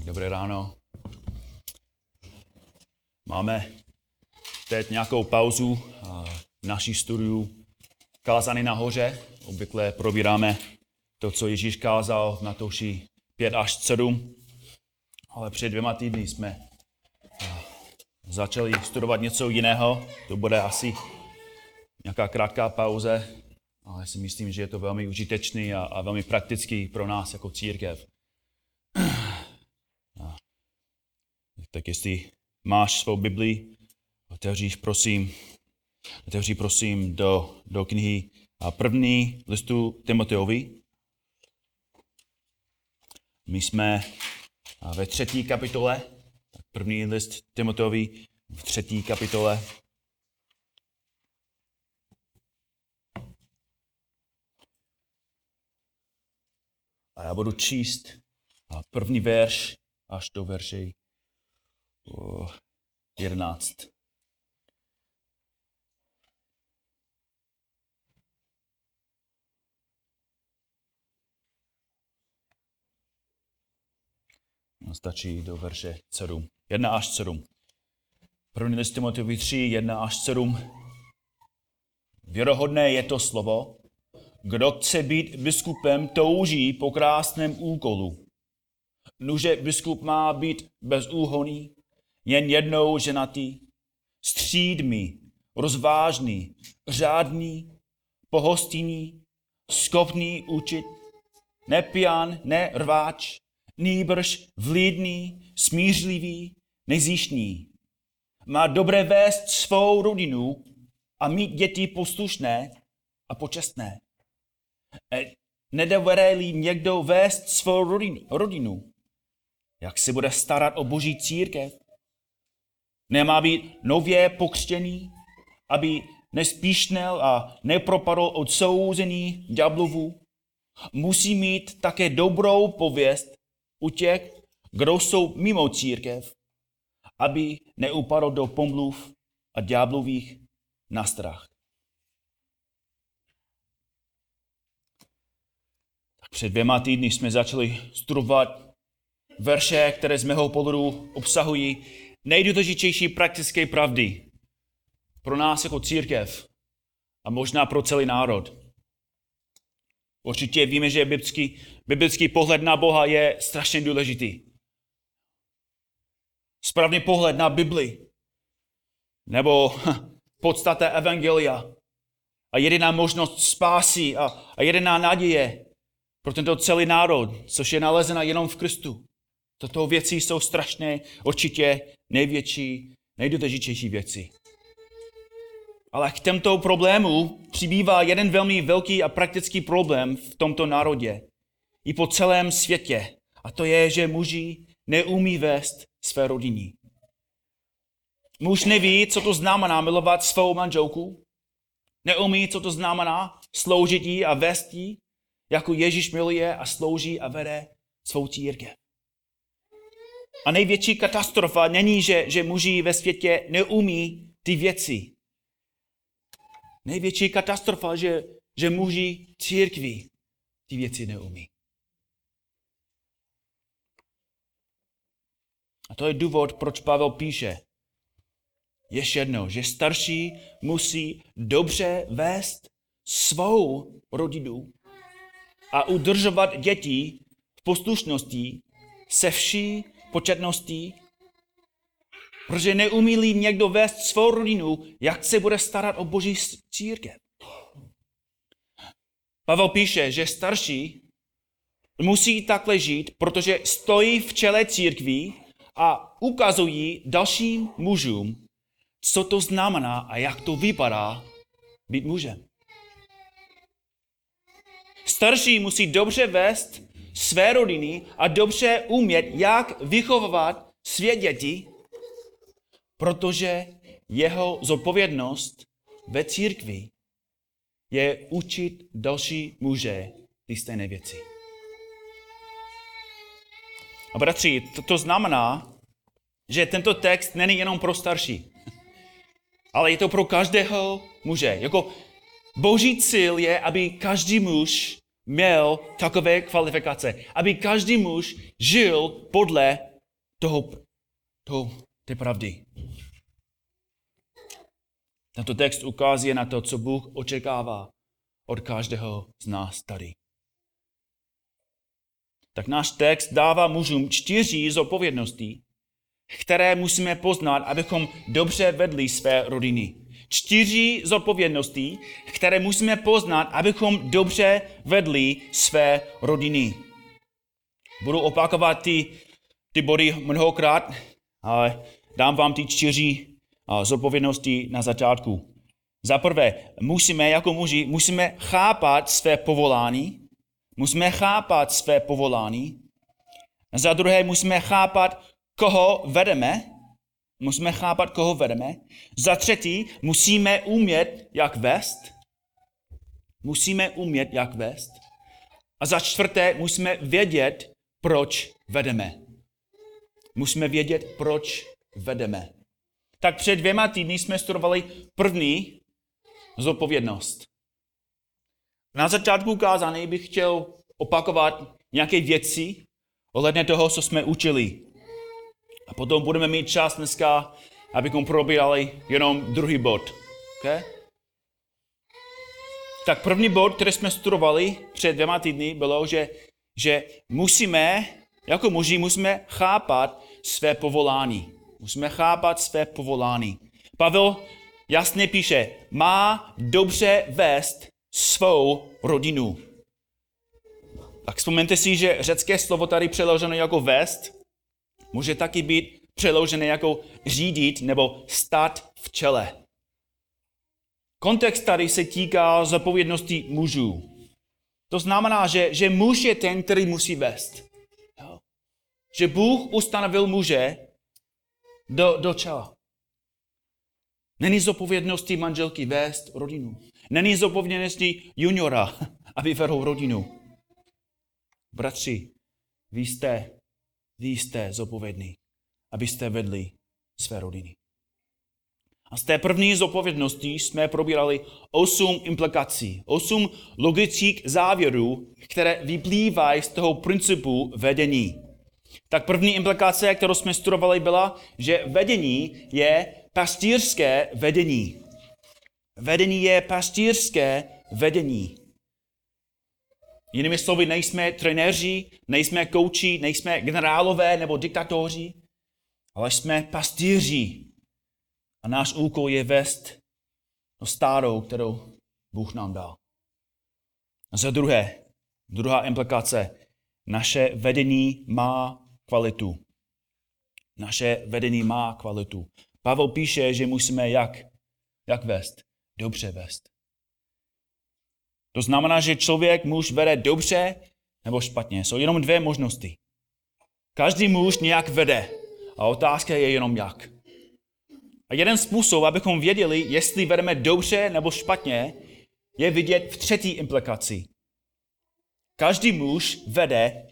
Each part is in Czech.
Dobré ráno. Máme teď nějakou pauzu v naší studiu Kázání nahoře. Obvykle probíráme to, co Ježíš kázal v Matouši 5 až 7. Ale před 2 týdny jsme začali studovat něco jiného. To bude asi nějaká krátká pauze, ale si myslím, že je to velmi užitečný a velmi praktický pro nás jako církev. Tak jestli máš svou Bibli, otevři prosím do knihy první listu Timoteovi. My jsme ve 3. kapitole, první list Timoteovi v 3. kapitole. A já budu číst první verš až do verše 11. Stačí do verše 7. 1 až 7. První list Timoteovi 3, 1 až 7. Věrohodné je to slovo. Kdo chce být biskupem, touží po krásném úkolu. Nuže biskup má být bezúhonný, jen jednou ženatý, střídmý, rozvážný, řádný, pohostinný, schopný učit, nepijan, ne rváč, nýbrž vlídný, smířlivý, nezištný. Má dobré vést svou rodinu a mít děti poslušné a počestné. Nedovede-li někdo vést svou rodinu, jak se bude starat o Boží církev? Nemá být nově pokřtěný, aby nespíšnel a nepropadl odsouzení ďáblovu. Musí mít také dobrou pověst u těch, kdo jsou mimo církev, aby neupadl do pomluv a ďáblových nástrah. Před 2 týdny jsme začali studovat verše, které z mého pohledu obsahují nejdůležitější praktické pravdy pro nás jako církev a možná pro celý národ. Určitě víme, že biblický pohled na Boha je strašně důležitý. Správný pohled na Bibli nebo podstata evangelia a jediná možnost spásy a jediná naděje pro tento celý národ, což je nalezena jenom v Kristu. Toto věci jsou strašné, určitě největší, nejdůležitější věci. Ale k těmto problému přibývá jeden velmi velký a praktický problém v tomto národě i po celém světě. A to je, že muži neumí vést své rodiny. Muž neví, co to znamená milovat svou manželku. Neumí, co to znamená sloužit jí a vést jí, jako Ježíš miluje a slouží a vede svou církev. A největší katastrofa není, že muži ve světě neumí ty věci. Největší katastrofa, že muži církví ty věci neumí. A to je důvod, proč Pavel píše ještě jednou, že starší musí dobře vést svou rodinu a udržovat děti v poslušnosti se vší početností, protože neumí-li někdo vést svou rodinu, jak se bude starat o Boží církev. Pavel píše, že starší musí takhle žít, protože stojí v čele církví a ukazují dalším mužům, co to znamená a jak to vypadá být mužem. Starší musí dobře vést své rodiny a dobře umět, jak vychovávat své děti, protože jeho zodpovědnost ve církvi je učit další muže ty stejné věci. A bratři, to znamená, že tento text není jenom pro starší, ale je to pro každého muže. Jako Boží cíl je, aby každý muž měl takové kvalifikace, aby každý muž žil podle té pravdy. Tento text ukazuje na to, co Bůh očekává od každého z nás tady. Tak náš text dává mužům 4 zodpovědnosti, které musíme poznat, abychom dobře vedli své rodiny. 4 zodpovědnosti, které musíme poznat, abychom dobře vedli své rodiny. Budu opakovat ty body mnohokrát, ale dám vám ty 4 zodpovědnosti na začátku. Za prvé, jako muži, musíme chápat své povolání. Za druhé, musíme chápat, koho vedeme. Za třetí, musíme umět, jak vést. A za čtvrté, musíme vědět, proč vedeme. Tak před 2 týdny jsme studovali první zodpovědnost. Na začátku kázání bych chtěl opakovat nějaké věci ohledně toho, co jsme učili. A potom budeme mít čas dneska, abychom probírali jenom druhý bod. Okay? Tak první bod, který jsme studovali před 2 týdny, bylo, že jako muži musíme chápat své povolání. Pavel jasně píše, má dobře vést svou rodinu. Tak vzpomeňte si, že řecké slovo tady přeložené jako vést může taky být přeložené jako řídit nebo stát v čele. Kontext tady se týká zodpovědnosti mužů. To znamená, že muž je ten, který musí vést. Že Bůh ustanovil muže do čela. Není zodpovědností manželky vést rodinu. Není zodpovědností juniora, aby vedl rodinu. Bratři, vy jste zodpovědní, abyste vedli své rodiny. A z té první zodpovědnosti jsme probírali 8 implikací, 8 logických závěrů, které vyplývají z toho principu vedení. Tak první implikace, kterou jsme studovali, byla, že vedení je pastýřské vedení. Jinými slovy, nejsme trenéři, nejsme kouči, nejsme generálové nebo diktatoři, ale jsme pastýři. A náš úkol je vést stádo, kterou Bůh nám dal. A za druhá implikace, naše vedení má kvalitu. Pavel píše, že musíme jak vést? Dobře vést. To znamená, že muž vede dobře nebo špatně. Jsou jenom 2 možnosti. Každý muž nějak vede a otázka je jenom jak. A jeden způsob, abychom věděli, jestli vedeme dobře nebo špatně, je vidět v 3. implikaci. Každý muž vede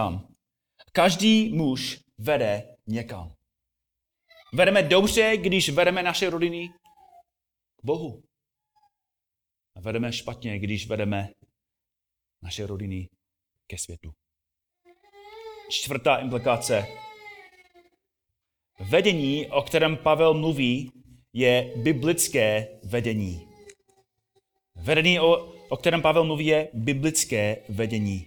někam. Vedeme dobře, když vedeme naše rodiny k Bohu. A vedeme špatně, když vedeme naše rodiny ke světu. 4. implikace. Vedení, o kterém Pavel mluví, je biblické vedení. Vedení, o kterém Pavel mluví, je biblické vedení.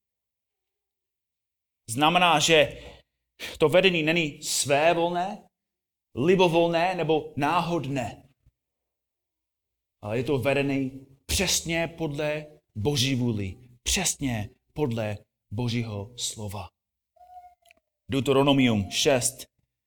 Znamená, že to vedení není svévolné, libovolné nebo náhodné. Ale je to vedení přesně podle Boží vůli. Přesně podle Božího slova. Deuteronomium 6,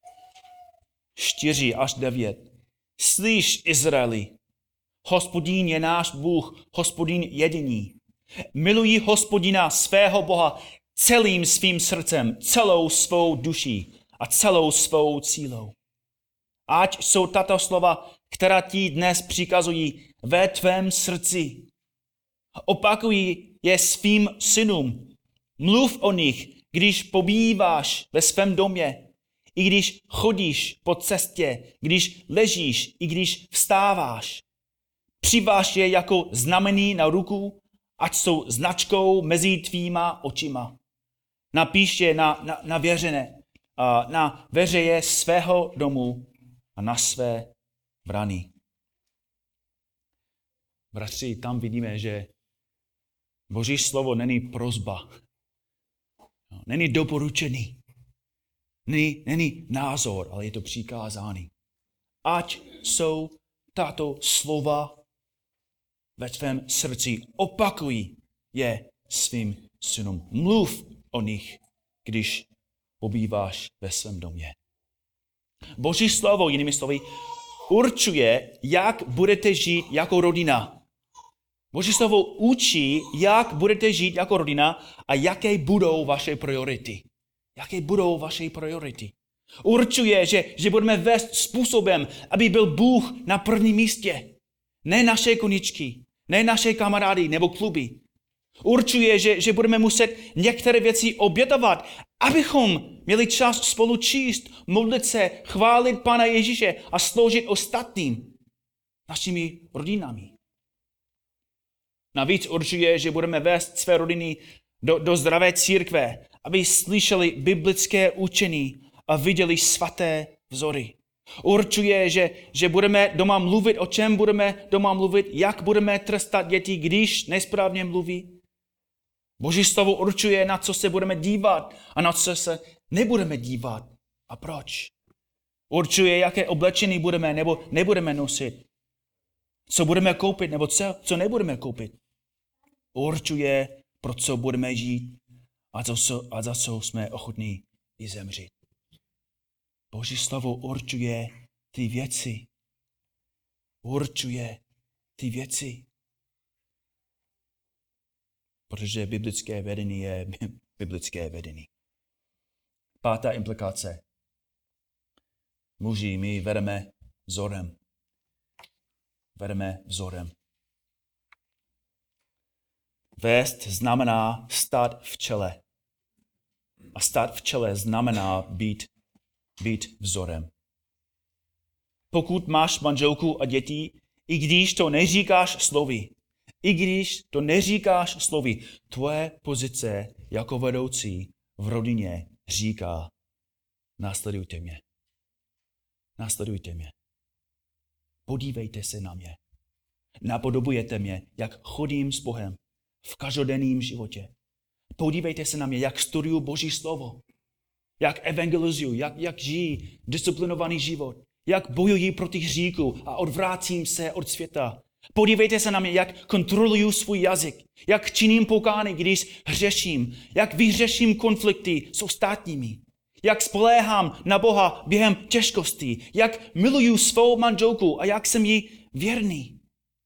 4-9. Slyš, Izraeli, Hospodin je náš Bůh, Hospodin jediný. Miluj Hospodina svého Boha celým svým srdcem, celou svou duší a celou svou sílou. Ať jsou tato slova, která ti dnes přikazují, ve tvém srdci. Opakuj je svým synům. Mluv o nich, když pobýváš ve svém domě, i když chodíš po cestě, když ležíš, i když vstáváš. Přiváž je jako znamení na ruku, ať jsou značkou mezi tvýma očima. Napiš je na věřené, na veřeje svého domu a na své brany. Bratři, tam vidíme, že Boží slovo není prosba, není doporučení, není názor, ale je to přikázání. Ať jsou tato slova ve tvém srdci, opakuj je svým synům. Mluv o nich, když pobýváš ve svém domě. Boží slovo, jinými slovy, určuje, jak budete žít jako rodina. Boží slovo učí, jak budete žít jako rodina a jaké budou vaše priority. Jaké budou vaše priority. Určuje, že budeme vést způsobem, aby byl Bůh na prvním místě. Ne naše koničky, ne naše kamarády nebo kluby. Určuje, že budeme muset některé věci obětovat, abychom měli čas spolu číst, modlit se, chválit Pána Ježíše a sloužit ostatním našimi rodinami. Navíc určuje, že budeme vést své rodiny do zdravé církve, aby slyšeli biblické učení a viděli svaté vzory. Určuje, že budeme doma mluvit, o čem budeme doma mluvit, jak budeme trestat děti, když nesprávně mluví. Boží slovo určuje, na co se budeme dívat a na co se nebudeme dívat. A proč? Určuje, jaké oblečení budeme nebo nebudeme nosit. Co budeme koupit nebo co nebudeme koupit. Určuje, pro co budeme žít a za co jsme ochotní i zemřít. Boží slovo určuje ty věci. Určuje ty věci. Protože biblické vedení je biblické vedení. Pátá implikace. Muži, my vedeme vzorem. Vedeme vzorem. Vést znamená stát v čele. A stát v čele znamená být vzorem. Pokud máš manželku a děti, i když to neříkáš slovy, tvoje pozice jako vedoucí v rodině říká, následujte mě. Následujte mě. Podívejte se na mě. Napodobujete mě, jak chodím s Bohem v každodenním životě. Podívejte se na mě, jak studuju Boží slovo. Jak evangelizuju, jak žijí disciplinovaný život. Jak bojuji proti hříchu a odvrátím se od světa. Podívejte se na mě, jak kontroluju svůj jazyk. Jak činím pokány, když hřeším. Jak vyřeším konflikty s ostatními. Jak spoléhám na Boha během těžkostí. Jak miluju svou manželku a jak jsem jí věrný.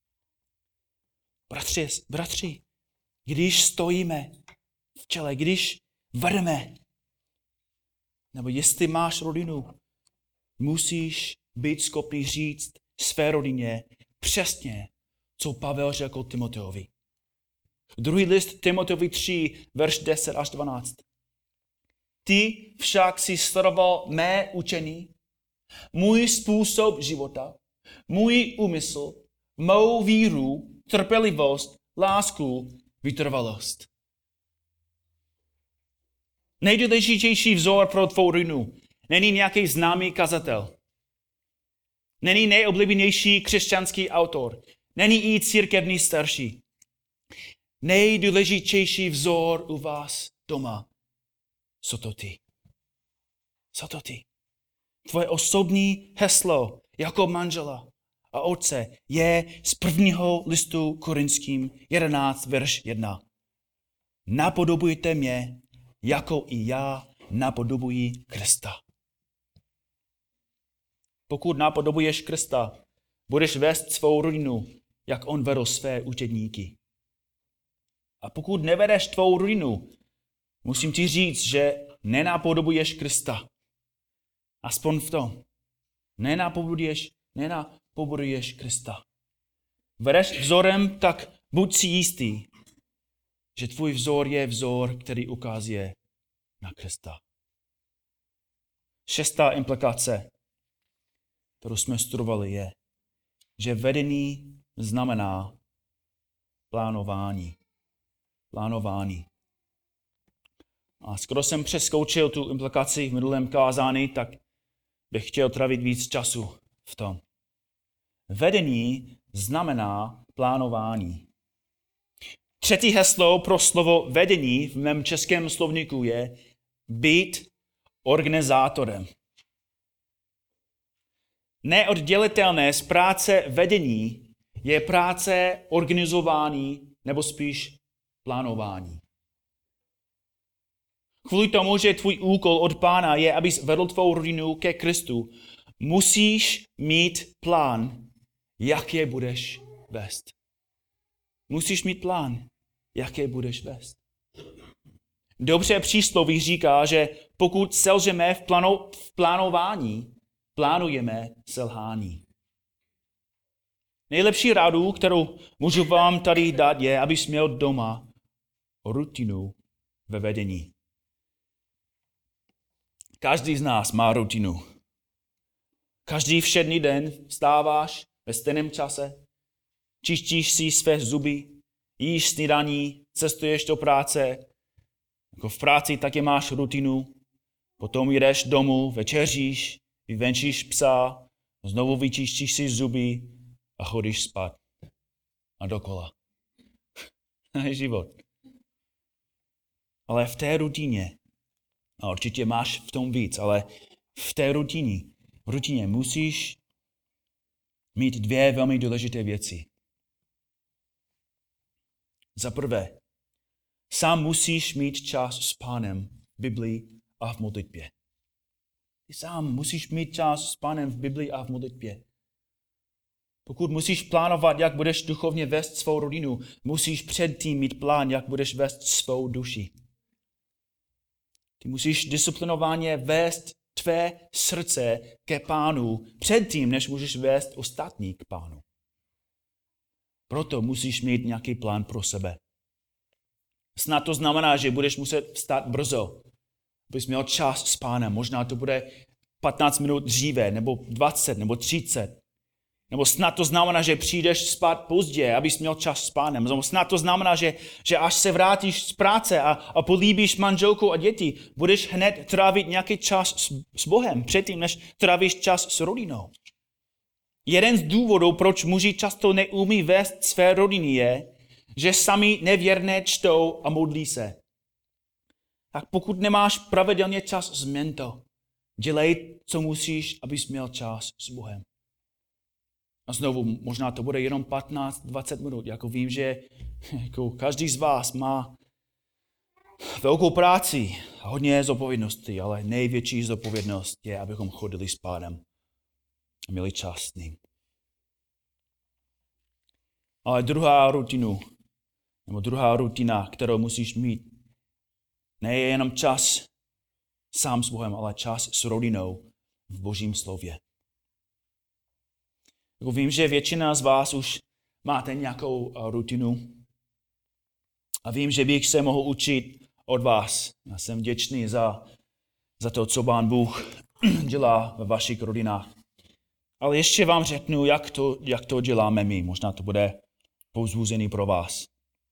Bratři, když stojíme v čele, když vedeme, nebo jestli máš rodinu, musíš být schopný říct své rodině přesně, co Pavel řekl Timoteovi. Druhý list Timoteovi 3, verš 10 až 12. Ty však si sledoval mé učení, můj způsob života, můj úmysl, mou víru, trpělivost, lásku, vytrvalost. Nejdůležitější vzor pro tvou rodinu není nějaký známý kazatel. Není nejoblíbenější křesťanský autor. Není i církevní starší. Nejdůležitější vzor u vás doma jsou to ty. Jsou to ty. Tvoje osobní heslo jako manžela a otce je z prvního listu Korinským 11, verš 1. Napodobujte mě, jako i já napodobuji Krista. Pokud napodobuješ Krista, budeš vést svou rodinu, jak on vedl své učedníky. A pokud nevedeš tvou rodinu, musím ti říct, že nenapodobuješ Krista. Aspoň v tom. Nenapodobuješ Krista. Vedeš vzorem, tak buď si jistý, že tvůj vzor je vzor, který ukazuje na Krista. Šestá implikace, kterou jsme studovali, je, že vedení znamená plánování. Plánování. A skoro jsem přeskoučil tu implikaci v minulém kázání, tak bych chtěl trávit víc času v tom. Vedení znamená plánování. Třetí heslo pro slovo vedení v mém českém slovníku je být organizátorem. Neoddělitelné z práce vedení je práce organizování nebo spíš plánování. Kvůli tomu, že tvůj úkol od Pána je, abys vedl tvou rodinu ke Kristu, musíš mít plán, jak je budeš vést. Musíš mít plán, jak je budeš vést. Dobře přísloví říká, že pokud selžeme v plánování, plánujeme selhání. Nejlepší radu, kterou můžu vám tady dát, je, abys měl doma rutinu ve vedení. Každý z nás má rutinu. Každý všední den vstáváš ve stejném čase, čistíš si své zuby, jíš snídaní, cestuješ do práce, jako v práci taky máš rutinu, potom jdeš domů, večeříš, vyvenčíš psa, znovu vyčistíš si zuby a chodíš spát. A dokola. To je život. Ale v té rutině, a určitě máš v tom víc, ale v té rutině musíš mít dvě velmi důležité věci. Za prvé, sám musíš mít čas s Pánem v Biblii a v modlitbě. Ty sám musíš mít čas s Pánem v Biblii a v modlitbě. Pokud musíš plánovat, jak budeš duchovně vést svou rodinu, musíš předtím mít plán, jak budeš vést svou duši. Ty musíš disciplinovaně vést tvé srdce ke Pánu předtím, než můžeš vést ostatní k Pánu. Proto musíš mít nějaký plán pro sebe. Snad to znamená, že budeš muset vstát brzo, abys měl čas s Pánem. Možná to bude 15 minut dříve, nebo 20, nebo 30. Nebo snad to znamená, že přijdeš spát pozdě, abys měl čas s Pánem. Nebo snad to znamená, že až se vrátíš z práce a políbíš manželku a děti, budeš hned trávit nějaký čas s Bohem, předtím, než trávíš čas s rodinou. Jeden z důvodů, proč muži často neumí vést své rodiny, je, že sami nevěrné čtou a modlí se. Tak pokud nemáš pravidelně čas s to. Dělej, co musíš, abys měl čas s Bohem. A znovu, možná to bude jenom 15-20 minut. Jako vím, že jako každý z vás má velkou práci a hodně zodpovědností, ale největší zodpovědnost je, abychom chodili s Pánem a měli čas s ním. Ale druhá rutina, kterou musíš mít, ne je jenom čas sám s Bohem, ale čas s rodinou v Božím slově. Jako vím, že většina z vás už máte nějakou rutinu a vím, že bych se mohl učit od vás. Já jsem vděčný za to, co Pán Bůh dělá ve vašich rodinách. Ale ještě vám řeknu, jak to děláme my. Možná to bude povzbuzený pro vás.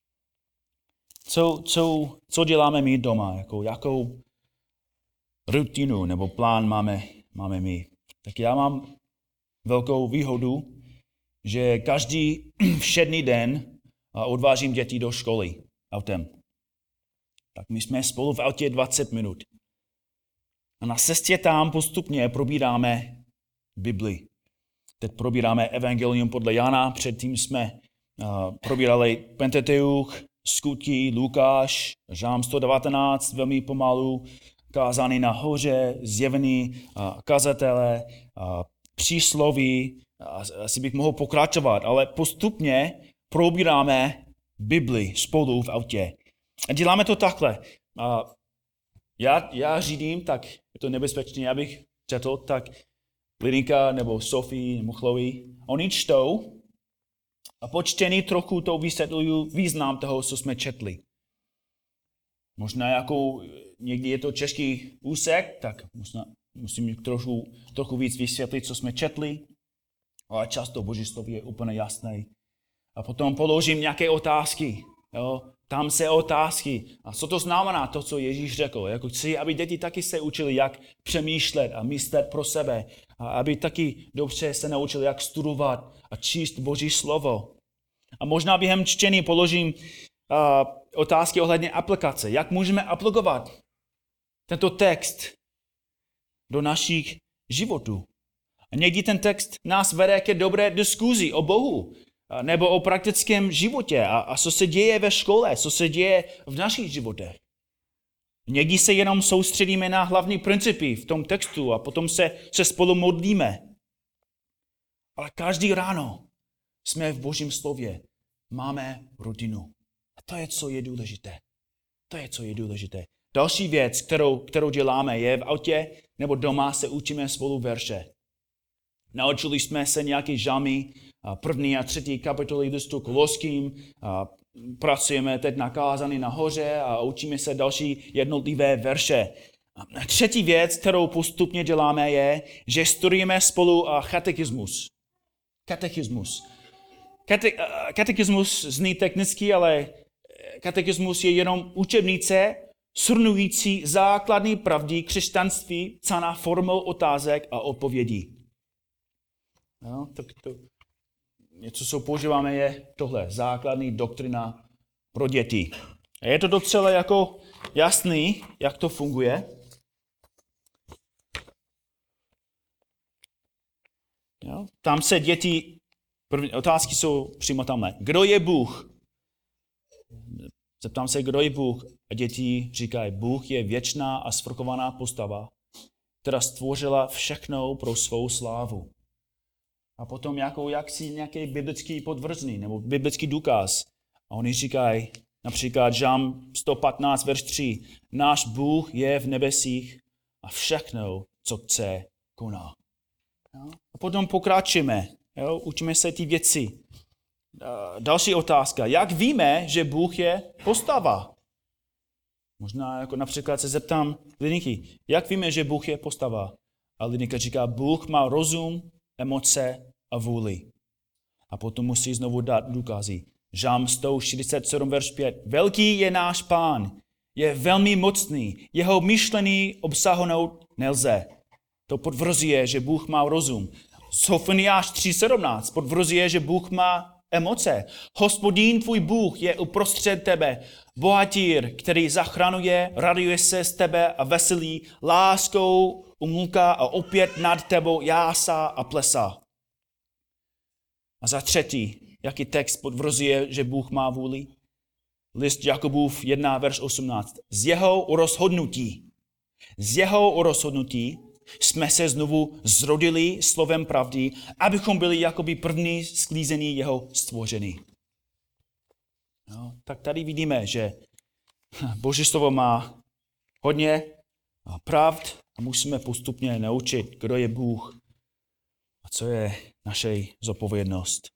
Co děláme my doma? Jakou rutinu nebo plán máme my? Tak já mám velkou výhodu, že každý všední den odvážím děti do školy autem. Tak my jsme spolu v autě 20 minut. A na cestě tam postupně probíráme Bibli. Teď probíráme Evangelium podle Jana, předtím jsme probírali Pentateuch, Skutky, Lukáš, Žálm 119, velmi pomalu, kázání na hoře, Zjevení, kazatele, přísloví, asi bych mohl pokračovat, ale postupně probíráme Bibli spolu v autě. A děláme to takhle. Já řídím, tak je to nebezpečné, abych četl, tak Lidinka nebo Sophie nebo Chloe, oni čtou a po čtení trochu to vysvětluju význam toho, co jsme četli. Možná jako někdy je to český úsek, tak musím trochu víc vysvětlit, co jsme četli, ale často Boží slovo je úplně jasné. A potom položím nějaké otázky. Jo? Tam se otázky. A co to znamená, to, co Ježíš řekl? Jako chci, aby děti taky se učili, jak přemýšlet a myslet pro sebe. A aby taky dobře se naučili, jak studovat a číst Boží slovo. A možná během čtení položím otázky ohledně aplikace. Jak můžeme aplikovat tento text do našich životů? A někdy ten text nás vede ke dobré diskuzi o Bohu nebo o praktickém životě a co se děje ve škole, co se děje v našich životech. Někdy se jenom soustředíme na hlavní principy v tom textu a potom se spolu modlíme. Ale každý ráno jsme v Božím slově. Máme rutinu. A to je, co je důležité. To je, co je důležité. Další věc, kterou děláme, je v autě nebo doma se učíme spolu verše. Naučili jsme se nějaký žalmy, 1. a 3. kapitoly listu Koloským, pracujeme teď na kázání nahoře a učíme se další jednotlivé verše. A třetí věc, kterou postupně děláme, je, že studujeme spolu katechismus. Katechismus zní technicky, ale katechismus je jenom učebnice shrnující základní pravdy křesťanství psaná formou otázek a odpovědí. No, tak to něco, co používáme, je tohle, základní doktrina pro děti. A je to docela jako jasný, jak to funguje. Jo? Tam se děti, první otázky jsou přímo tamhle. Kdo je Bůh? Zeptám se, kdo je Bůh? A děti říkají, Bůh je věčná a svrchovaná postava, která stvořila všechno pro svou slávu. A potom jaksi nějaký biblický podvrzný nebo biblický důkaz. A oni říkají, například Žalm 115, verš 3, náš Bůh je v nebesích a všechno, co chce, koná. A potom pokračujeme, učíme se ty věci. Další otázka, jak víme, že Bůh je postava? Možná jako například se zeptám Liniky, jak víme, že Bůh je postava? A Linika říká, Bůh má rozum, emoce a vůli. A potom musí znovu dát důkazy. Žalm 147, verš 5. Velký je náš Pán, je velmi mocný, jeho myšlení obsáhnout nelze. To potvrzuje, že Bůh má rozum. Sofoniáš 3.17 potvrzuje, že Bůh má emoce. Hospodín tvůj Bůh je uprostřed tebe, bohatýr, který zachraňuje, raduje se z tebe a veselí, láskou umluká a opět nad tebou jásá a plesá. A za třetí, jaký text potvrzuje, že Bůh má vůli? List Jakubův 1, verš 18. Z jeho rozhodnutí jsme se znovu zrodili slovem pravdy, abychom byli jakoby první sklízení jeho stvoření. No, tak tady vidíme, že Boží slovo má hodně pravd a musíme postupně naučit, kdo je Bůh a co je naše zodpovědnost.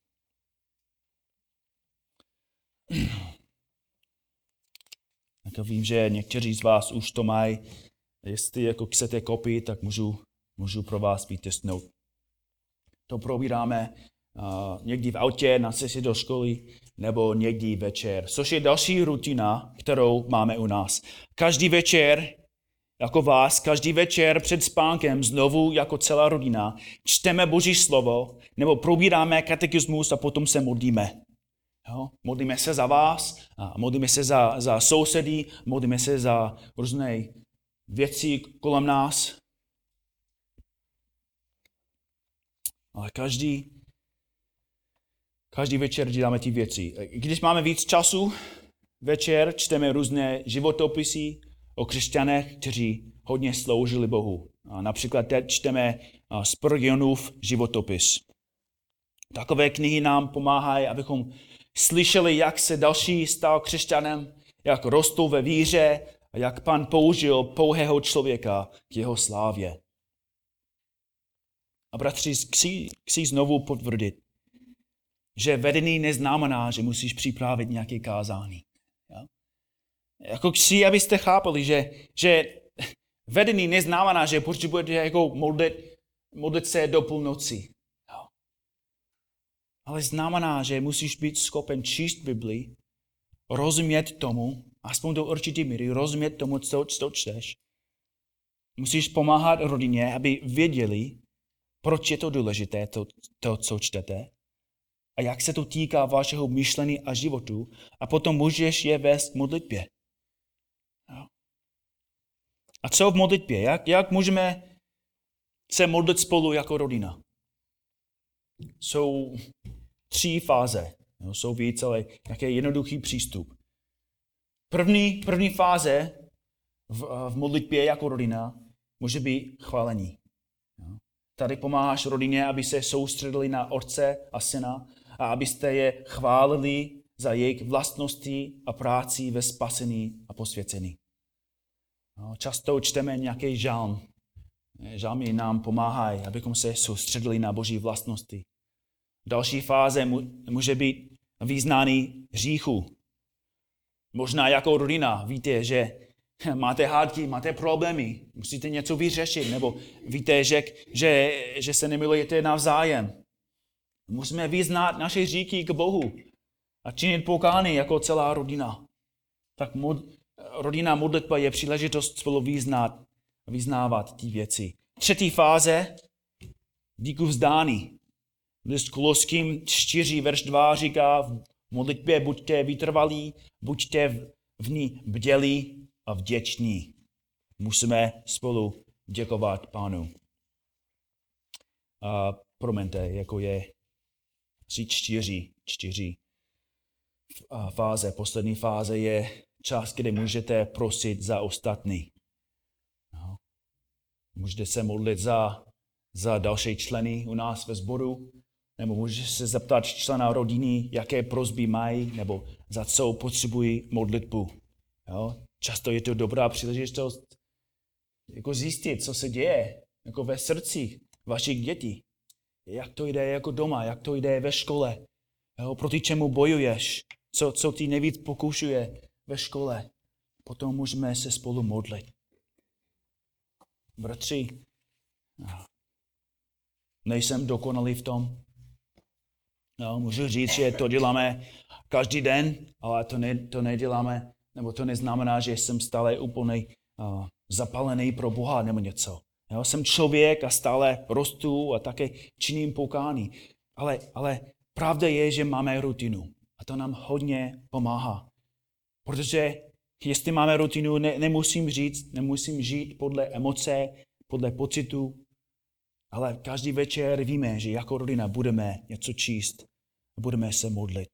Tak vím, že někteří z vás už to mají. Jestli jako chcete kopii, tak můžu pro vás vytisknout. To probíráme někdy v autě na cestě do školy nebo někdy večer. Což je další rutina, kterou máme u nás. Každý večer, jako vás, každý večer před spánkem znovu jako celá rodina čteme Boží slovo nebo probíráme katechismus a potom se modlíme. Jo? Modlíme se za vás, a modlíme se za sousedy, modlíme se za různé věci kolem nás. Ale každý večer děláme ty věci. Když máme víc času, večer čteme různé životopisy o křesťanech, kteří hodně sloužili Bohu. A například teď čteme Spurgeonův životopis. Takové knihy nám pomáhají, abychom slyšeli, jak se další stal křesťanem, jak rostl ve víře a jak Pán použil pouhého člověka k jeho slávě. A bratři, chci znovu potvrdit, že vedení neznamená, že musíš připravit nějaké kázání. Ja? Jako chci, abyste chápali, že vedení neznamená, že potřebujete jako modlit se do půlnoci. Ja? Ale znamená, že musíš být schopen číst Bibli, rozumět tomu, aspoň do určité míry, rozumět tomu, co čteš. Musíš pomáhat rodině, aby věděli, proč je to důležité, to, co čtete, a jak se to týká vašeho myšlení a životu, a potom můžeš je vést v modlitbě. No. A co v modlitbě? Jak můžeme se modlit spolu jako rodina? Jsou 3 fáze. Jsou víc, ale nějaký jednoduchý přístup. První fáze v modlitbě jako rodina může být chválení. Tady pomáháš rodině, aby se soustředili na Otce a Syna a abyste je chválili za jejich vlastnosti a práci ve spasení a posvěcení. Často čteme nějaký žalm. Žalmy nám pomáhají, abychom se soustředili na Boží vlastnosti. Další fáze může být vyznání hříchu. Možná jako rodina víte, že máte hádky, máte problémy, musíte něco vyřešit, nebo víte, že se nemilujete navzájem. Musíme vyznat naše hříchy k Bohu a činit pokání jako celá rodina. Tak rodinná modlitba je příležitost spolu vyznávat ty věci. 3. fáze, díku vzdání. List Koloským 4, verš 2 říká, v modlitbě buďte vytrvalí, buďte v ní bdělí a vděční. Musíme spolu děkovat Pánu. A promiňte, jako je asi 4 fáze. Poslední fáze je čas, kdy můžete prosit za ostatní. No. Můžete se modlit za další členy u nás ve sboru, nebo můžete se zeptat člena rodiny, jaké prosby mají, nebo za co potřebují modlitbu. Jo? Často je to dobrá příležitost jako zjistit, co se děje jako ve srdcích vašich dětí. Jak to jde jako doma, jak to jde ve škole. Jo? Proti čemu bojuješ, co ty nejvíc pokušuje ve škole. Potom můžeme se spolu modlit. Bratři, nejsem dokonalý v tom. No, můžu říct, že to děláme každý den, ale to neděláme, nebo to neznamená, že jsem stále úplně zapalený pro Boha nebo něco. Jo, jsem člověk a stále rostu a také činím pokání. Ale pravda je, že máme rutinu a to nám hodně pomáhá. Protože jestli máme rutinu, nemusím žít podle emoce, podle pocitu, ale každý večer víme, že jako rodina budeme něco číst a budeme se modlit.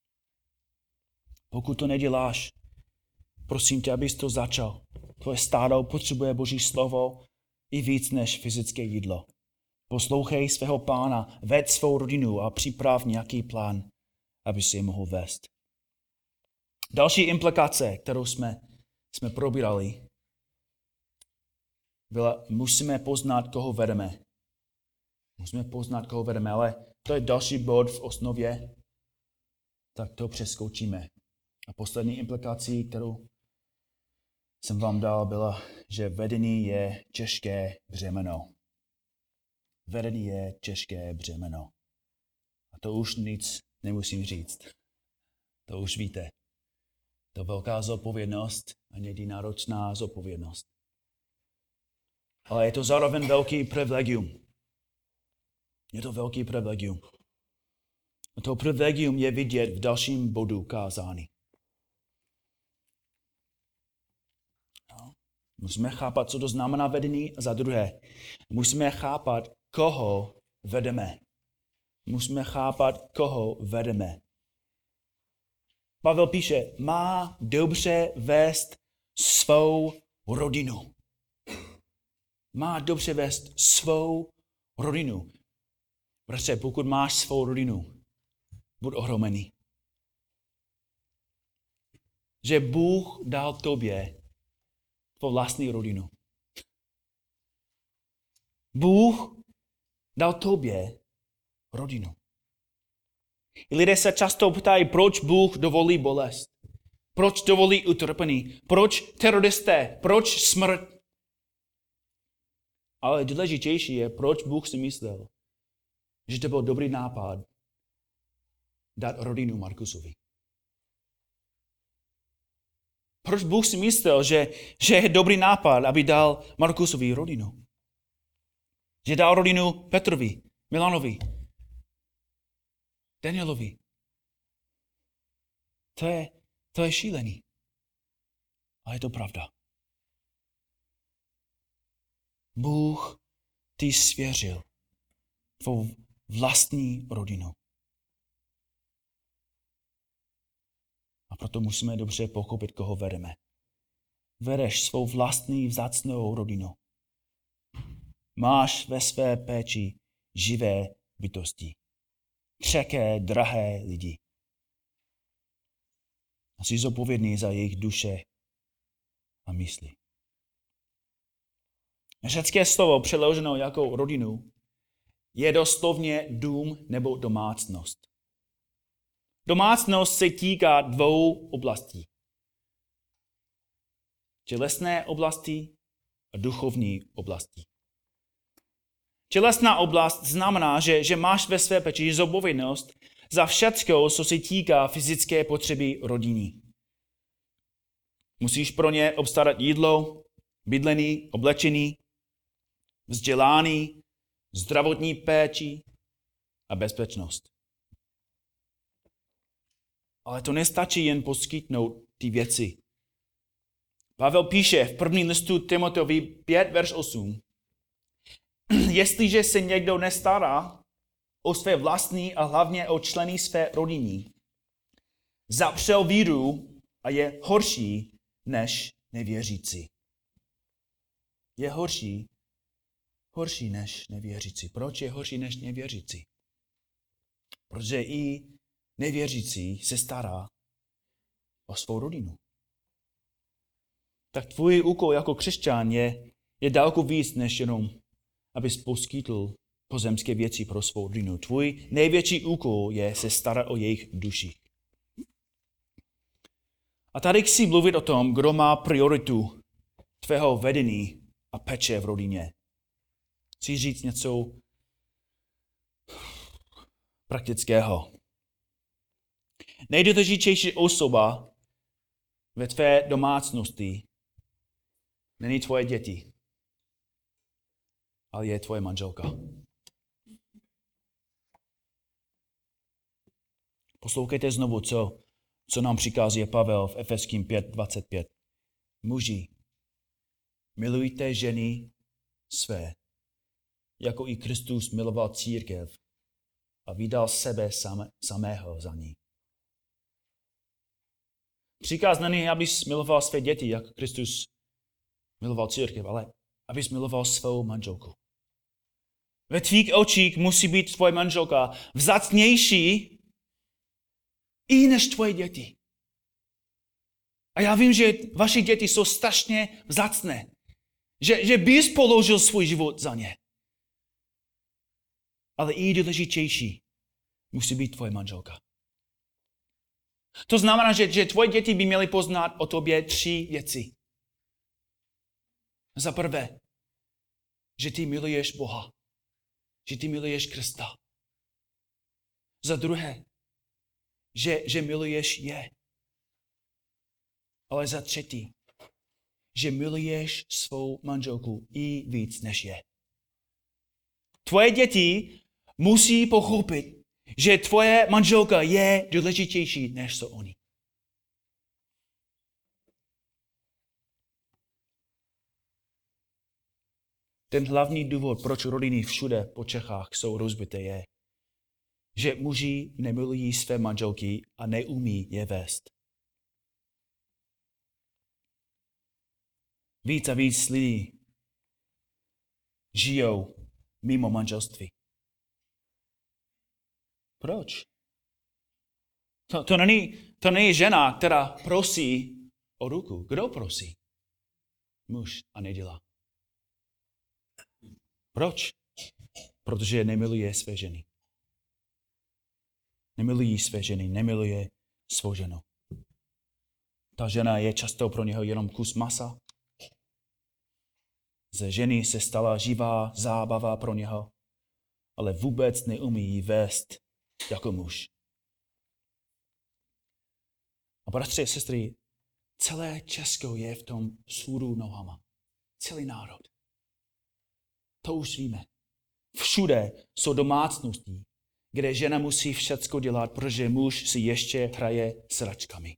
Pokud to neděláš, prosím tě, abys to začal. Tvoje stádo potřebuje Boží slovo i víc než fyzické jídlo. Poslouchej svého Pána, ved svou rodinu a připrav nějaký plán, aby si je mohl vést. Další implikace, kterou jsme probírali, byla, musíme poznat, koho vedeme. Musíme poznat, koho vedeme, ale to je další bod v osnově, tak to přeskočíme. A poslední implikací, kterou jsem vám dal, byla, že vedení je těžké břemeno. Vedení je těžké břemeno. A to už nic nemusím říct. To už víte. To je velká zodpovědnost a někdy náročná zodpovědnost. Ale je to zároveň velký privilegium. Je to velký privilegium. A to privilegium je vidět v dalším bodu kázání. No. Musíme chápat, co to znamená vedení, a za druhé, musíme chápat, koho vedeme. Musíme chápat, koho vedeme. Pavel píše, má dobře vést svou rodinu. Má dobře vést svou rodinu. Bratře, pokud máš svou rodinu, buď ohromený. Že Bůh dal tobě tvou vlastní rodinu. Bůh dal tobě rodinu. Lidé se často ptají, proč Bůh dovolí bolest. Proč dovolí utrpení. Proč teroristé. Proč smrt. Ale důležitější je, proč Bůh si myslel, že to byl dobrý nápad dát rodinu Markusovi. Proč Bůh si myslel, že je dobrý nápad, aby dal Markusovi rodinu? Že dal rodinu Petrovi, Milanovi, Danielovi. To je šílený. A je to pravda. Bůh ti svěřil tvou vlastní rodinu. A proto musíme dobře pochopit, koho vedeme. Vedeš svou vlastní vzácnou rodinu. Máš ve své péči živé bytosti. Křehké, drahé lidi. A jsi zodpovědný za jejich duše a mysli. Řecké slovo přeloženo jako rodinu je doslovně dům nebo domácnost. Domácnost se týká dvou oblastí. Tělesné oblasti a duchovní oblasti. Tělesná oblast znamená, že máš ve své péči zodpovědnost za všecko, co se týká fyzické potřeby rodiny. Musíš pro ně obstarat jídlo, bydlení, oblečení, vzdělání, zdravotní péči a bezpečnost. Ale to nestačí jen poskytnout ty věci. Pavel píše v prvním listu Timoteovi 5, verš 8. Jestliže se někdo nestará o své vlastní a hlavně o členy své rodiny, zapřel víru a je horší než nevěřící. Je horší než nevěřící. Proč je horší než nevěřící? Protože i nevěřící se stará o svou rodinu. Tak tvůj úkol jako křesťan je daleko víc, než jenom, abys poskytl pozemské věci pro svou rodinu. Tvůj největší úkol je se starat o jejich duši. A tady chci mluvit o tom, kdo má prioritu tvého vedení a péče v rodině. Chci říct něco praktického. Nejdůležitější osoba ve tvé domácnosti není tvoje děti, ale je tvoje manželka. Poslouchejte znovu, co nám přikazuje Pavel v Efeským 5:25. Muži, milujte ženy své, jako i Kristus miloval církev a vydal sebe samého za ní. Příkaz není, abys miloval své děti, jak Kristus miloval církev, ale abys miloval svou manželku. Ve tvých očích musí být tvoje manželka vzácnější i než tvoje děti. A já vím, že vaše děti jsou strašně vzácné. Že bys položil svůj život za ně. Ale i důležitější musí být tvoje manželka. To znamená, že tvoje děti by měly poznat o tobě 3 věci. Za prvé, že ty miluješ Boha. Že ty miluješ Krista. Za druhé, že miluješ je. Ale za třetí, že miluješ svou manželku i víc než je. Tvoje děti musí pochopit, že tvoje manželka je důležitější, než jsou oni. Ten hlavní důvod, proč rodiny všude po Čechách jsou rozbité, je, že muži nemilují své manželky a neumí je vést. Víc a víc lidí žijou mimo manželství. Proč? To není žena, která prosí o ruku. Kdo prosí? Muž a nedělá. Proč? Protože nemiluje své ženy. Nemilují své ženy, nemiluje svou ženu. Ta žena je často pro něho jenom kus masa. Ze ženy se stala živá zábava pro něho, ale vůbec neumí ji vést jako muž. A bratři a sestry, Celé Česko je v tom sůru nohama. Celý národ. To už víme. Všude jsou domácnosti, kde žena musí všecko dělat, protože muž si ještě hraje s hračkami.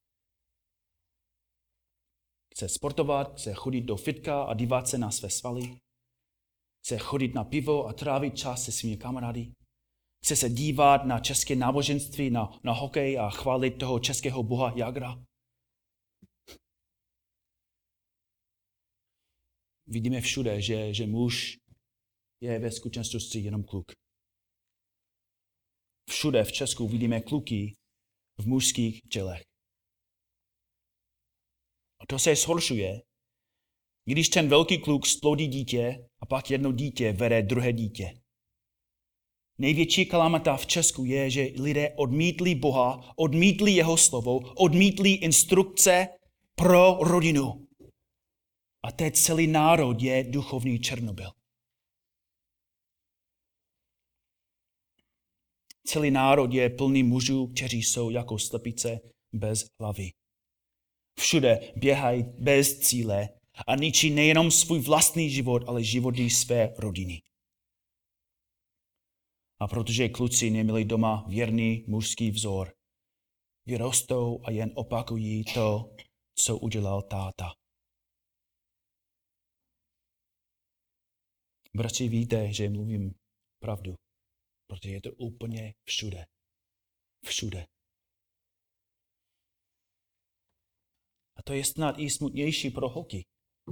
Chce sportovat, chce chodit do fitka a dívat se na své svaly. Chce chodit na pivo a trávit čas se svými kamarády. Chce se dívat na české náboženství, na hokej a chválit toho českého boha Jagra. Vidíme všude, že muž je ve skutečnosti jenom kluk. Všude v Česku vidíme kluky v mužských tělech. A to se zhoršuje, když ten velký kluk splodí dítě a pak jedno dítě vede druhé dítě. Největší kalamita v Česku je, že lidé odmítli Boha, odmítli jeho slovo, odmítli instrukce pro rodinu. A teď celý národ je duchovní Černobyl. Celý národ je plný mužů, kteří jsou jako slepice bez hlavy. Všude běhají bez cíle a ničí nejenom svůj vlastní život, ale životy své rodiny. A protože kluci neměli doma věrný mužský vzor, vyrostou a jen opakují to, co udělal táta. Bratři, víte, že mluvím pravdu, protože je to úplně všude. Všude. A to je snad i smutnější pro holky.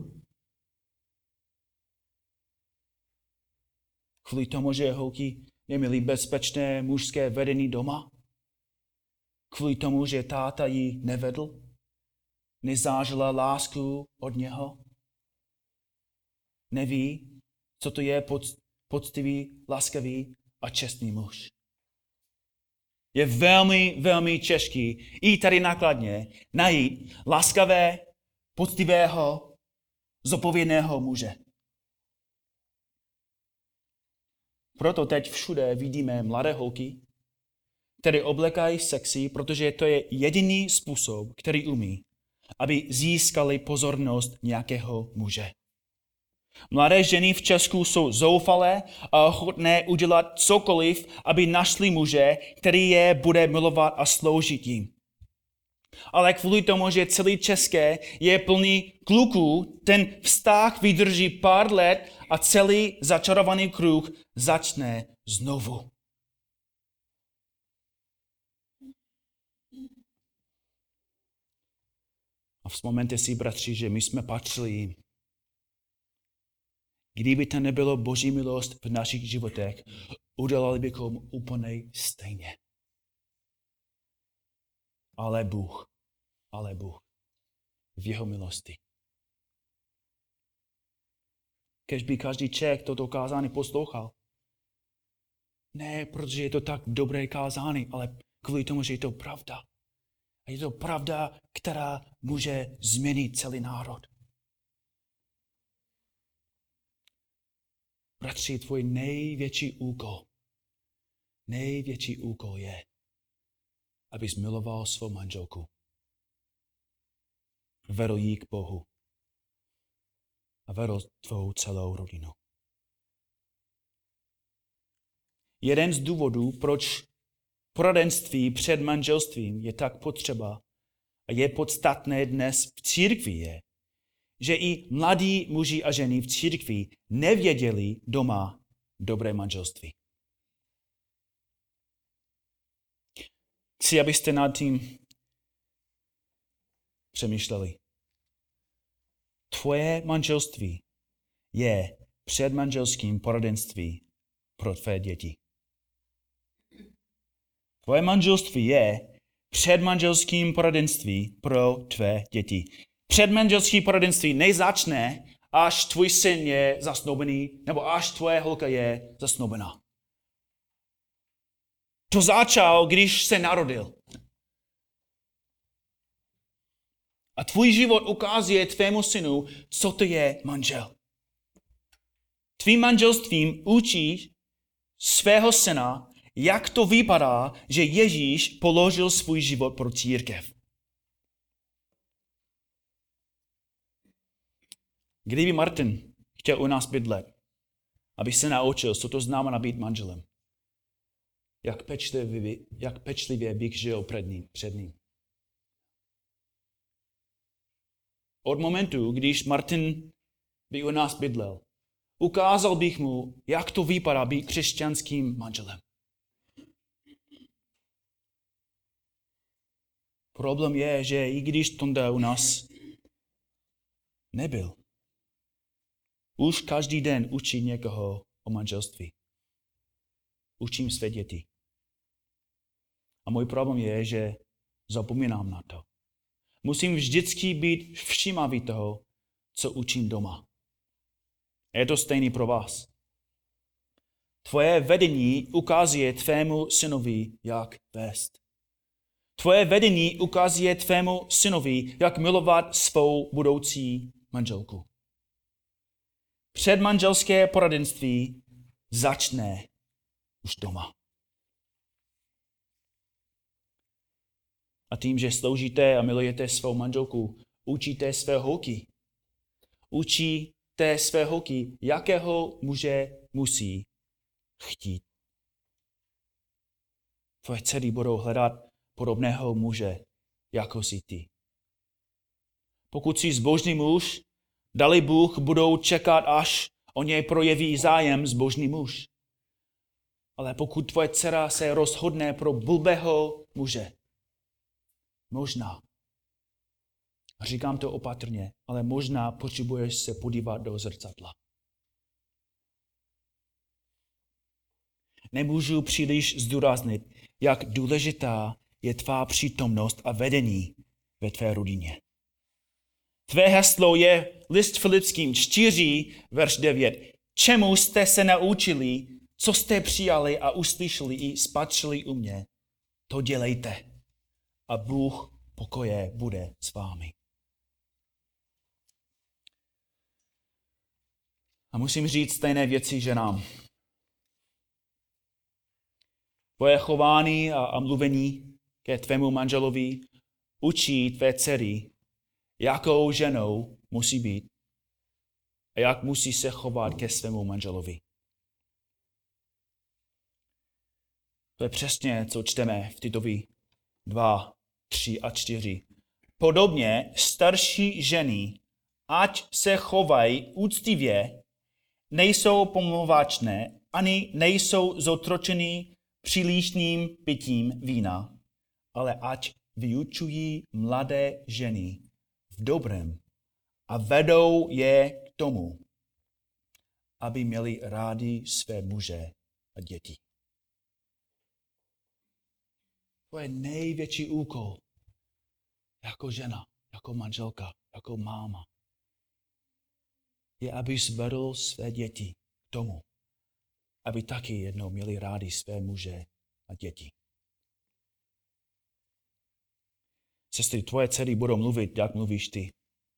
Kvůli tomu, že holky neměly bezpečné mužské vedení doma? Kvůli tomu, že táta ji nevedl? Nezážila lásku od něho? Neví, co to je poctivý, laskavý a čestný muž. Je velmi, velmi těžký i tady nákladně najít laskavé, poctivého, zodpovědného muže. Proto teď všude vidíme mladé holky, které oblékají sexy, protože to je jediný způsob, který umí, aby získali pozornost nějakého muže. Mladé ženy v Česku jsou zoufalé a ochotné udělat cokoliv, aby našli muže, který je bude milovat a sloužit jim. Ale kvůli tomu, že celý České je plný kluků, ten vztah vydrží pár let a celý začarovaný kruh začne znovu. A vzpomeňte si, bratři, že my jsme patřili. Kdyby to nebylo Boží milost v našich životech, udělali bychom úplně stejně. Ale Bůh v jeho milosti. Kež by každý Čech toto kázání poslouchal. Ne, protože je to tak dobré kázání, ale kvůli tomu, že je to pravda. A je to pravda, která může změnit celý národ. Bratři, tvůj největší úkol je, abys miloval svou manželku. Vedl jí k Bohu. A vedl tvou celou rodinu. Jeden z důvodů, proč poradenství před manželstvím je tak potřeba a je podstatné dnes v církvi je, že i mladí muži a ženy v církvi nevěděli doma dobré manželství. Chci, abyste nad tím přemýšleli. Tvoje manželství je předmanželským poradenství pro tvé děti. Tvoje manželství je předmanželským poradenství pro tvé děti. Předmanželské poradenství nezačne, až tvůj syn je zasnoubený, nebo až tvoje holka je zasnoubená. To začal, když se narodil. A tvůj život ukazuje tvému synu, co to je manžel. Tvým manželstvím učíš svého syna, jak to vypadá, že Ježíš položil svůj život pro církev. Kdyby Martin chtěl u nás bydlet, aby se naučil, co to znamená být manželem, jak pečlivě bych žil před ním. Od momentu, když Martin by u nás bydlel, ukázal bych mu, jak to vypadá být křesťanským manželem. Problém je, že i když Tonda u nás nebyl, už každý den učí někoho o manželství. Učím své děti. A můj problém je, že zapomínám na to. Musím vždycky být všímavý toho, co učím doma. Je to stejný pro vás. Tvoje vedení ukazuje tvému synovi, jak vést. Tvoje vedení ukazuje tvému synovi, jak milovat svou budoucí manželku. Předmanželské poradenství začne už doma. A tím, že sloužíte a milujete svou manželku, učíte své holky. Učíte své holky, jakého muže musí chtít. Tvoje dcery budou hledat podobného muže, jako jsi ty. Pokud jsi zbožný muž, dali Bůh, budou čekat, až o něj projeví zájem zbožný muž. Ale pokud tvoje dcera se rozhodne pro blbého muže, možná, říkám to opatrně, ale možná potřebuješ se podívat do zrcadla. Nemůžu příliš zdůraznit, jak důležitá je tvá přítomnost a vedení ve tvé rodině. Tvé heslo je list Filipským 4, verš 9. Čemu jste se naučili, co jste přijali a uslyšeli i spatřili u mě, to dělejte a Bůh pokoje bude s vámi. A musím říct stejné věci ženám. Tvoje chování a mluvení ke tvému manželovi učí tvé dcery, jakou ženou musí být a jak musí se chovat ke svému manželovi. To je přesně, co čteme v Titovi 2, 3 a 4. Podobně starší ženy, ať se chovají úctivě, nejsou pomlouvačné, ani nejsou zotročeny přílišným pitím vína, ale ať vyučují mladé ženy v dobrém a vedou je k tomu, aby měli rádi své muže a děti. To je největší úkol jako žena, jako manželka, jako máma. Je, abys vedl své děti k tomu, aby taky jednou měli rádi své muže a děti. Sestry, tvoje dcery budou mluvit, jak mluvíš ty.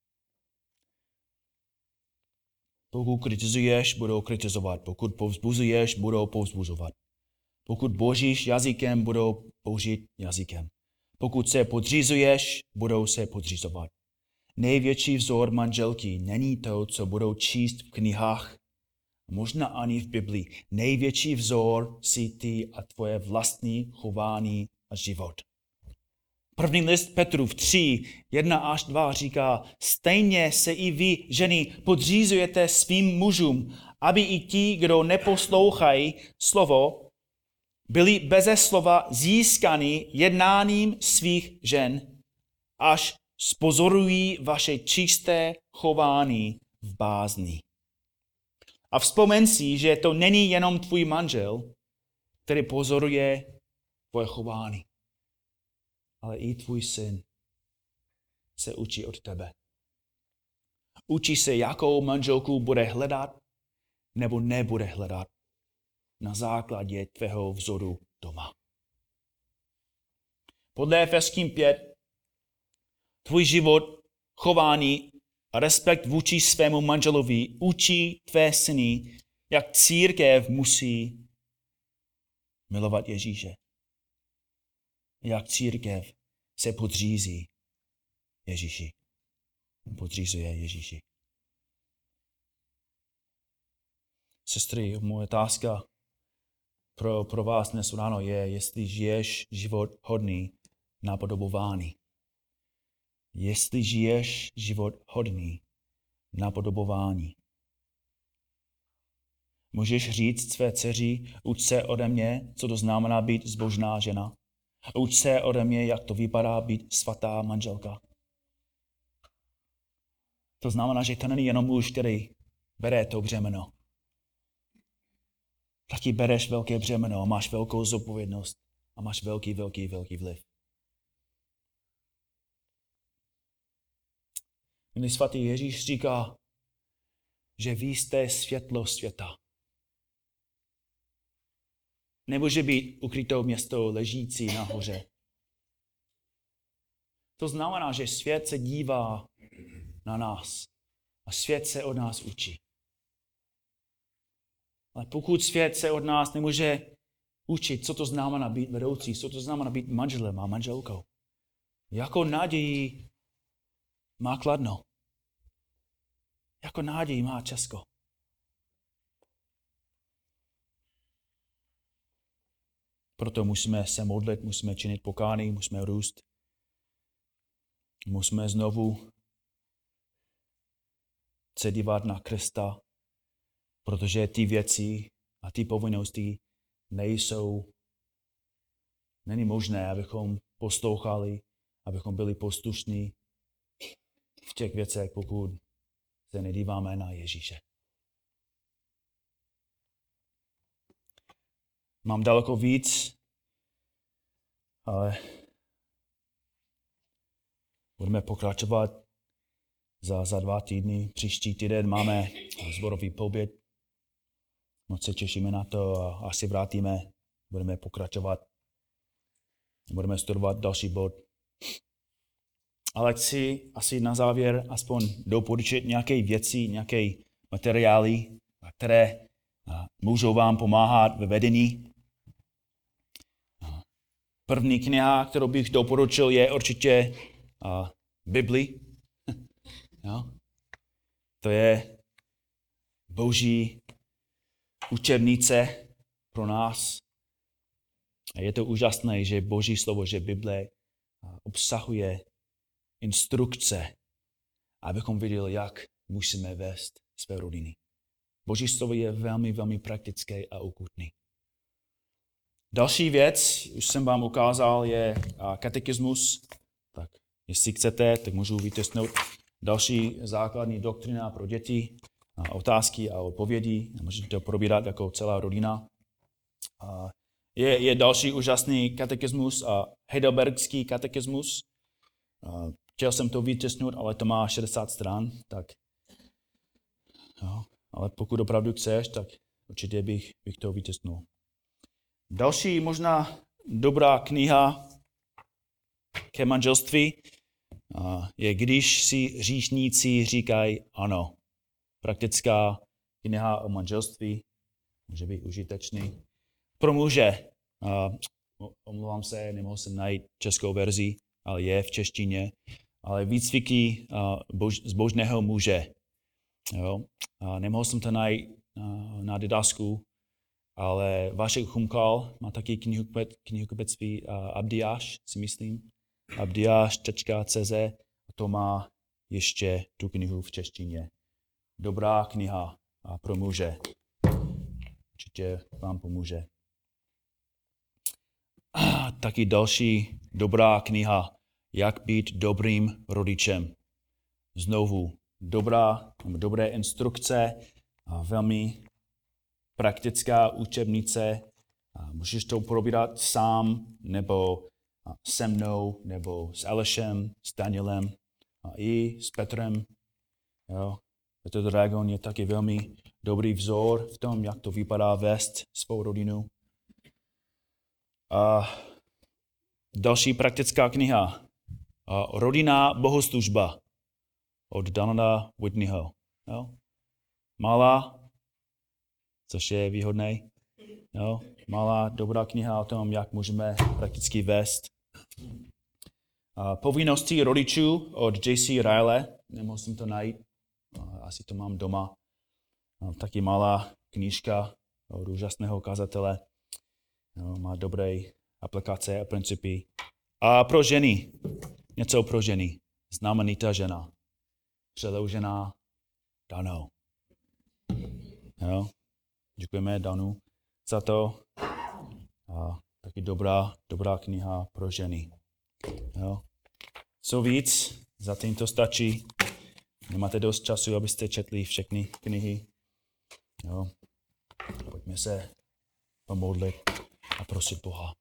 Pokud kritizuješ, budou kritizovat. Pokud povzbuzuješ, budou povzbuzovat. Pokud božíš jazykem, budou božit jazykem. Pokud se podřizuješ, budou se podřizovat. Největší vzor manželky není to, co budou číst v knihách, možná ani v Biblii. Největší vzor jsi ty a tvoje vlastní chování a život. První list Petrův 3, 1 až 2 říká, stejně se i vy, ženy, podřízujete svým mužům, aby i ti, kdo neposlouchají slovo, byli beze slova získaní jednáním svých žen, až spozorují vaše čisté chování v bázni. A vzpomeň si, že to není jenom tvůj manžel, který pozoruje tvoje chování, ale i tvůj syn se učí od tebe. Učí se, jakou manželku bude hledat nebo nebude hledat na základě tvého vzoru doma. Podle Efeským 5 tvůj život, chování a respekt vůči svému manželovi učí tvé syny, jak církev musí milovat Ježíše. Jak církev se podřízí Ježíši. Podřízuje Ježíši. sestry, moje otázka pro vás dnes ráno je, jestli žiješ život hodný napodobování. Jestli žiješ život hodný napodobování. Můžeš říct své dceři, uč se ode mě, co to znamená být zbožná žena. Uč se ode mě, jak to vypadá být svatá manželka. To znamená, že to není jenom muž, který bere to břemeno. Taky bereš velké břemeno a máš velkou zodpovědnost a máš velký vliv. Milý svatý Ježíš říká, že vy jste světlo světa. Nemůže být ukryté město ležící nahoře. To znamená, že svět se dívá na nás a svět se od nás učí. Ale pokud svět se od nás nemůže učit, co to znamená být vedoucí, co to znamená být manželem a manželkou, jakou naději má Kladno? Jakou naději má Česko? Proto musíme se modlit, musíme činit pokání, musíme růst. Musíme znovu se dívat na Krista, protože ty věci a ty povinnosti není možné, abychom poslouchali, abychom byli poslušní v těch věcech, pokud se nedíváme na Ježíše. Mám daleko víc, ale budeme pokračovat za 2 týdny. Příští týden máme sborový pobyt. Moc se těšíme na to a až se vrátíme, budeme pokračovat. Budeme studovat další bod. Ale chci asi na závěr aspoň doporučit nějaké věci, nějaké materiály, které můžou vám pomáhat ve vedení. První kniha, kterou bych doporučil, je určitě Bibli. Jo? To je boží učebnice pro nás. A je to úžasné, že boží slovo, že Bible obsahuje instrukce, abychom viděli, jak musíme vést své rodiny. Boží slovo je velmi praktické a okutný. Další věc, už jsem vám ukázal, je katekismus. Tak jestli chcete, tak můžu vytisknout další základní doktrina pro děti, otázky a odpovědi. Můžete to probírat jako celá rodina. Je další úžasný katekismus, Heidelbergský katekismus. Chtěl jsem to vytisknout, ale to má 60 stran, tak jo, ale pokud opravdu chceš, tak určitě bych to vytisknul. Další možná dobrá kniha ke manželství je Když si hříšníci říkají ano. Praktická kniha o manželství, může být užitečný. Pro muže, omlouvám se, nemohl jsem najít českou verzi, ale je v češtině, ale výcviky zbožného muže. Jo? Nemohl jsem to najít na didasku, ale Vašek Chumkal má taky knihkupectví Abdiáš, si myslím, abdiáš.cz, a to má ještě tu knihu v češtině. Dobrá kniha pro muže. Určitě vám pomůže. Taky další dobrá kniha, Jak být dobrým rodičem. Znovu dobré instrukce, velmi praktická učebnice. Můžeš to probírat sám, nebo se mnou, nebo s Alešem, s Danielem, i s Petrem. Jo. Petr Dragon je taky velmi dobrý vzor v tom, jak to vypadá vést svou rodinu. Další praktická kniha. Rodinná bohoslužba od Donalda Whitneyho. Jo? Malá, což je výhodné. Jo? Malá, dobrá kniha o tom, jak můžeme prakticky vést. Povinnosti rodičů od J.C. Ryle. Nemohl jsem to najít. Asi to mám doma. Taky malá knížka od úžasného kazatele. Má dobré aplikace a principy. A pro ženy, něco pro ženy. Znamenitá žena. Přeloužená Danou. Děkujeme Danu za to. A taky dobrá kniha pro ženy. Co víc, za tím to stačí. Nemáte dost času, abyste četli všechny knihy. Pojďme se pomodlit a prosit Boha.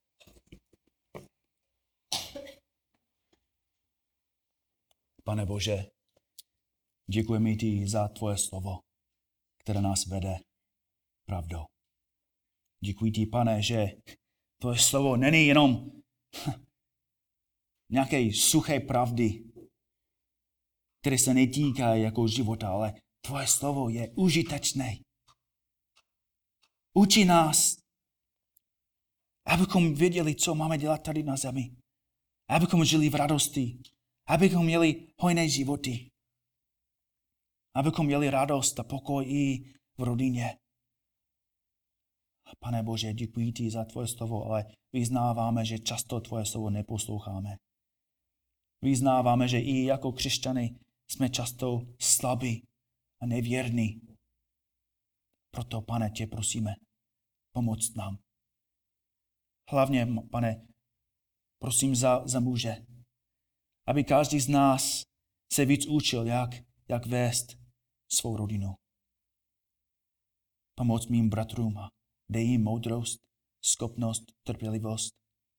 Pane Bože, děkujeme ti za tvoje slovo, které nás vede pravdou. Děkuji ti, Pane, že tvoje slovo není jenom nějaké suché pravdy, které se netýkají jako života, ale tvoje slovo je užitečné. Učí nás, abychom věděli, co máme dělat tady na zemi. Abychom žili v radosti. Abychom měli hojné životy. Abychom měli radost a pokoj i v rodině. Pane Bože, děkuji ti za tvoje slovo, ale vyznáváme, že často tvoje slovo neposloucháme. Vyznáváme, že i jako křesťany jsme často slabí a nevěrní. Proto, Pane, tě prosíme, pomoct nám. Hlavně, Pane, prosím za muže, aby každý z nás se víc učil, jak vést svou rodinu. Pomoc mým bratrům a dej jim moudrost, schopnost, trpělivost,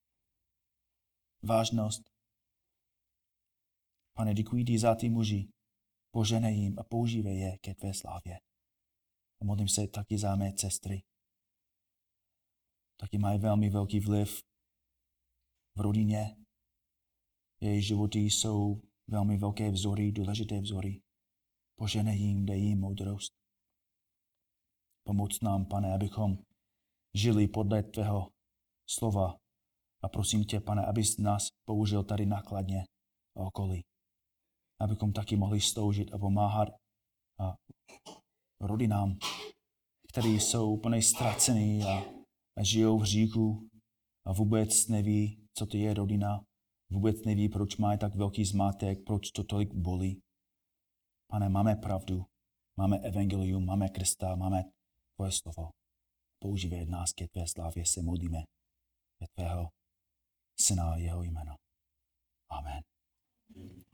vážnost. Pane, děkuji ti za ty muži. Poženej jim a používej je ke tvé slávě. A modlím se taky za mé sestry. Taky mají velmi velký vliv v rodině. Jejich životy jsou velmi velké vzory, důležité vzory. Poženej jim, dej jim moudrost. Pomoc nám, Pane, abychom žili podle tvého slova. A prosím tě, Pane, abys nás použil tady nakladně a okolí. Abychom taky mohli sloužit a pomáhat rodinám, které jsou úplně ztracený a žijou v hříchu a vůbec neví, co to je rodina. Vůbec neví, proč mají tak velký zmatek, proč to tolik bolí. Pane, máme pravdu, máme evangelium, máme Krista, máme tvoje slovo. Používej nás ke tvé slávě, se modlíme ve tvého syna a jeho jméno. Amen.